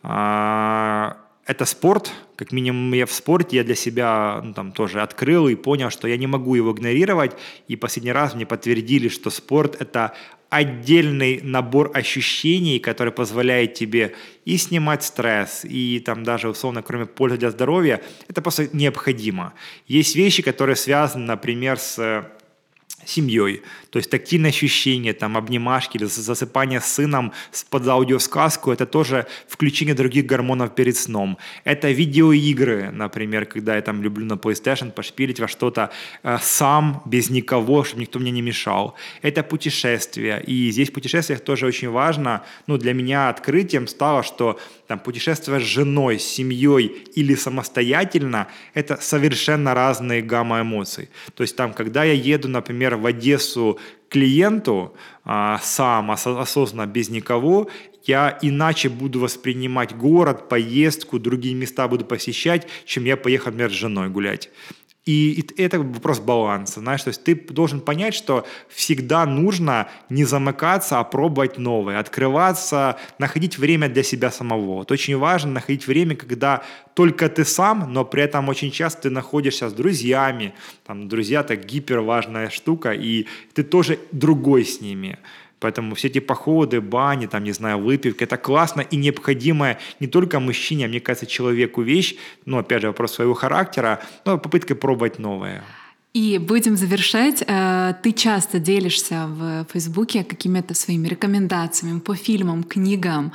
Это спорт. Как минимум я в спорте, я для себя там тоже открыл и понял, что я не могу его игнорировать. И последний раз мне подтвердили, что спорт – это отдельный набор ощущений, который позволяет тебе и снимать стресс, и там даже, условно, кроме пользы для здоровья, это просто необходимо. Есть вещи, которые связаны, например, с семьей, то есть тактильные ощущения, там, обнимашки или засыпание с сыном под аудиосказку, это тоже включение других гормонов перед сном. Это видеоигры, например, когда я там люблю на PlayStation пошпилить во что-то сам, без никого, чтобы никто мне не мешал. Это путешествия, и здесь в путешествиях тоже очень важно, для меня открытием стало, что там, путешествие с женой, с семьей или самостоятельно, это совершенно разные гамма эмоций. То есть там, когда я еду, например, в Одессу к клиенту сам, осознанно, без никого, я иначе буду воспринимать город, поездку, другие места буду посещать, чем я поехал, например, с женой гулять. И это вопрос баланса, знаешь, то есть ты должен понять, что всегда нужно не замыкаться, а пробовать новое, открываться, находить время для себя самого. Вот очень важно находить время, когда только ты сам, но при этом очень часто ты находишься с друзьями, там, друзья – это гиперважная штука, и ты тоже другой с ними. Поэтому все эти походы, бани, там, не знаю, выпивка – это классно и необходимая не только мужчине, а, мне кажется, человеку вещь, опять же, вопрос своего характера, но попытка пробовать новое. И будем завершать. Ты часто делишься в Фейсбуке какими-то своими рекомендациями по фильмам, книгам.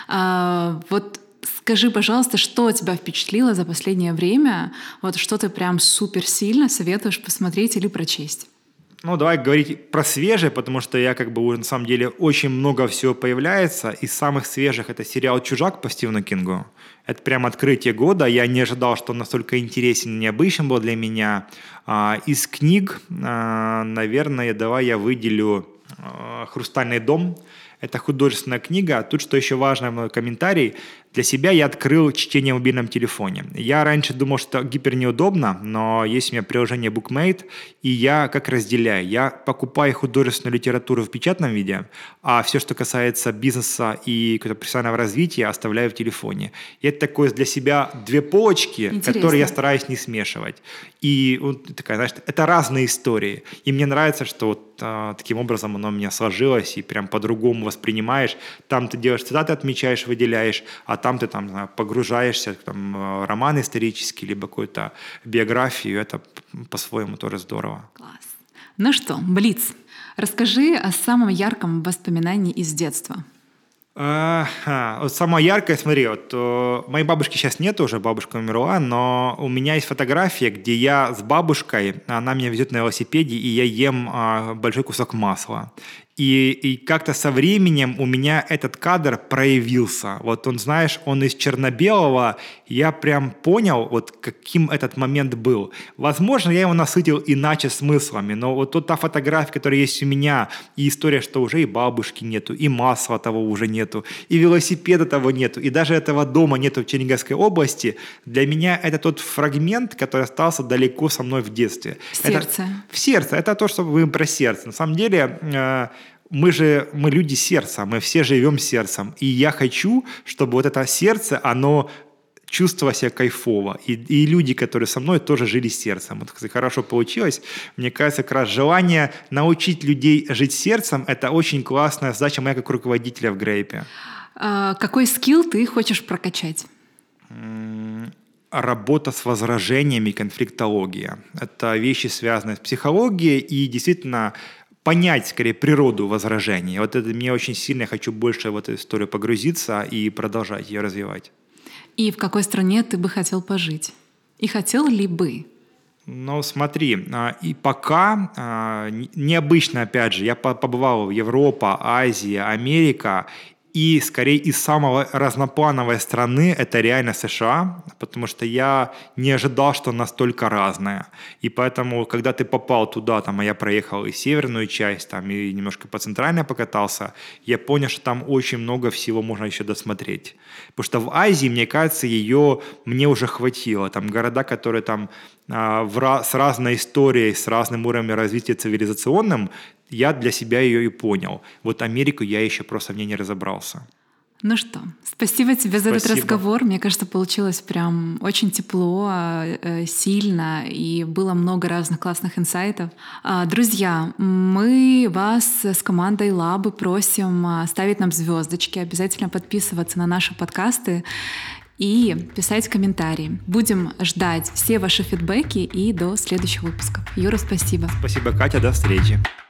Вот скажи, пожалуйста, что тебя впечатлило за последнее время? Вот что ты прям супер сильно советуешь посмотреть или прочесть? Давай говорить про свежее, потому что я уже на самом деле очень много всего появляется. Из самых свежих это сериал «Чужак» по Стивену Кингу. Это прям открытие года. Я не ожидал, что он настолько интересен и необычен был для меня. Из книг, наверное, давай я выделю «Хрустальный дом». Это художественная книга. Тут, что еще важно, мой комментарий. Для себя я открыл чтение в мобильном телефоне. Я раньше думал, что гипер неудобно, но есть у меня приложение BookMate, и я как разделяю. Я покупаю художественную литературу в печатном виде, а все, что касается бизнеса и какого-то профессионального развития, оставляю в телефоне. И это такое для себя две полочки, интересно, которые я стараюсь не смешивать. И такая, знаешь, это разные истории. И мне нравится, что таким образом оно у меня сложилось, и прям по-другому воспринимаешь. Там ты делаешь цитаты, отмечаешь, выделяешь, а там ты погружаешься в роман исторический, либо какую-то биографию. Это по-своему тоже здорово. Класс. Ну что, Блиц, расскажи о самом ярком воспоминании из детства. Самое яркое, смотри, моей бабушки сейчас нет уже, бабушка умерла, но у меня есть фотография, где я с бабушкой, она меня везет на велосипеде, и я ем большой кусок масла. И как-то со временем у меня этот кадр проявился. Вот он, знаешь, он из черно-белого, я прям понял, каким этот момент был. Возможно, я его насытил иначе смыслами, но та фотография, которая есть у меня, и история, что уже и бабушки нету, и масла того уже нету, и велосипеда того нету, и даже этого дома нету в Черниговской области, для меня это тот фрагмент, который остался далеко со мной в детстве. В сердце. В сердце. Это то, что мы про сердце. На самом деле... Мы люди сердца, мы все живем сердцем. И я хочу, чтобы это сердце, оно чувствовало себя кайфово. И люди, которые со мной, тоже жили сердцем. Хорошо получилось. Мне кажется, как раз желание научить людей жить сердцем – это очень классная задача моя как руководителя в Грейпе. Какой скилл ты хочешь прокачать? Работа с возражениями, конфликтология. Это вещи, связанные с психологией, и действительно понять, скорее, природу возражений. Это мне очень сильно, я хочу больше в эту историю погрузиться и продолжать ее развивать. И в какой стране ты бы хотел пожить? И хотел ли бы? Смотри, и пока необычно, опять же, я побывал в Европе, Азии, Америка, И скорее из самой разноплановой страны это реально США, потому что я не ожидал, что настолько разная. И поэтому, когда ты попал туда, там, а я проехал и северную часть, там, и немножко по центральной покатался, я понял, что там очень много всего можно еще досмотреть. Потому что в Азии, мне кажется, ее мне уже хватило. Там города, которые там с разной историей, с разным уровнем развития цивилизационным, я для себя ее и понял. Вот Америку я еще просто в ней не разобрался. Ну что, спасибо тебе за этот разговор. Мне кажется, получилось прям очень тепло, сильно, и было много разных классных инсайтов. Друзья, мы вас с командой Лабы просим ставить нам звездочки, обязательно подписываться на наши подкасты и писать комментарии. Будем ждать все ваши фидбэки и до следующих выпусков. Юра, спасибо. Спасибо, Катя. До встречи.